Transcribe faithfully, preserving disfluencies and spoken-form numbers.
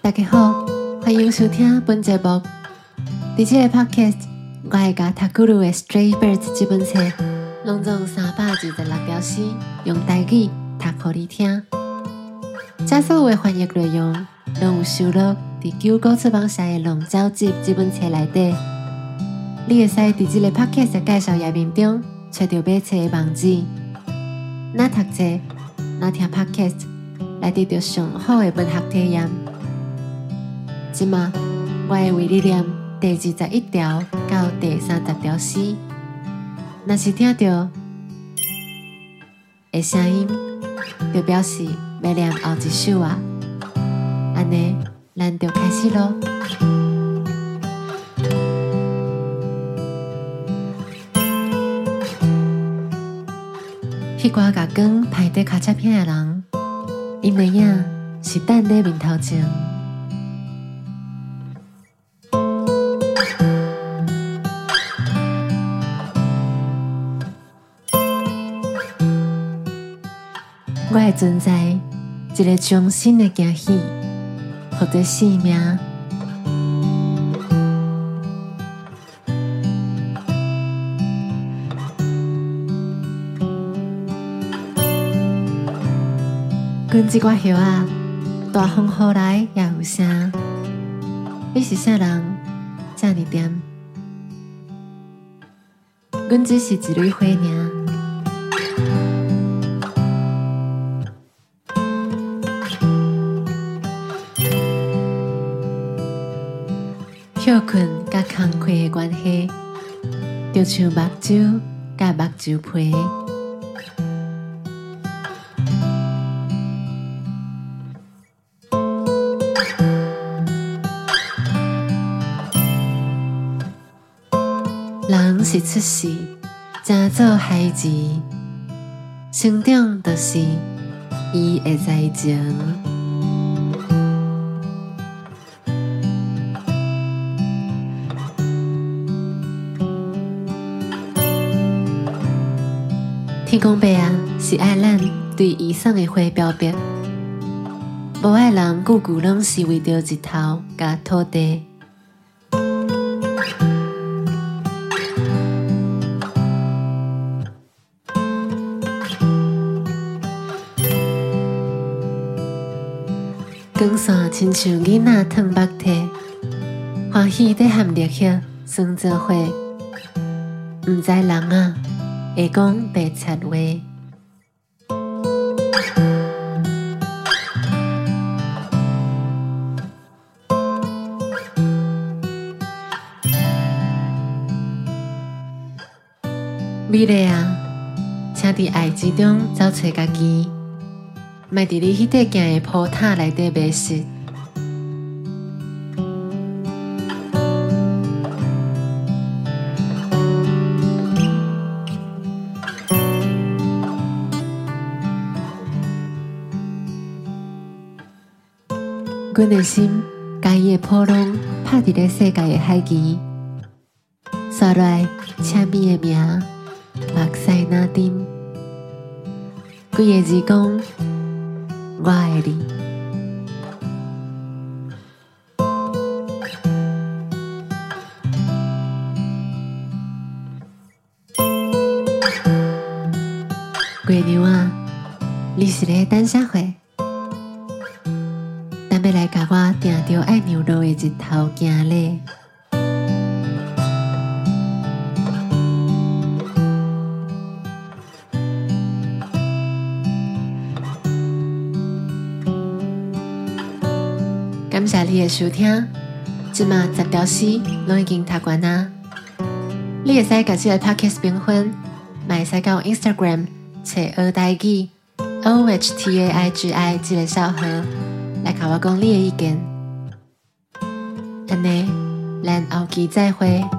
大家好，欢迎收听本节目。在这个 podcast， 我会把塔古鲁的《Stray Birds》这本册拢总三百二十六条诗，用台语读给你听。这所有的翻译内容，拢有收录在九歌出版社的《龙舟集》这本册内底。你会使在这个 podcast 的介绍页面中找到买册的网址。那读册，那听 podcast， 来得到上好的文学体验。即马，我会为你念第二十一条到第三十条诗。若是听到的声音，就表示要念后一首啊。安尼，咱就开始咯。迄寡甲光排在卡车片的人，因的影是等在面头前。我的存在，一个终身的惊喜，或者生命。阮这寡叶啊，大风雨来也有声。你是啥人？这么点？阮只是一蕊花尔。休困甲空气的关系，就像目睭甲目睭皮。人是出世，才做孩子，成长就是伊的才情。天公伯啊，是爱咱对伊送的花表白，无爱人句句拢是为着日头甲土地。光线亲像囡仔烫目体，欢喜在含热血算做伙，毋知人啊会讲白贼话。美丽啊，请伫爱之中找找家己。莫伫你迄块行的坡塔内底迷失。阮的心，甲伊的波浪拍伫咧世界的海旗，刷来赤米的名，目屎那丁，规个字讲。我爱你，月娘啊，你是咧等啥货？咱要来甲我定着爱牛肉的日头行咧。感谢你的收听，即马十条诗拢已经读完啦。你会使甲这个 podcast 评分，嘛会使到 Instagram 找学台语 O H T A I G I 这个小号来甲我讲你的意见。安尼，咱后期再会。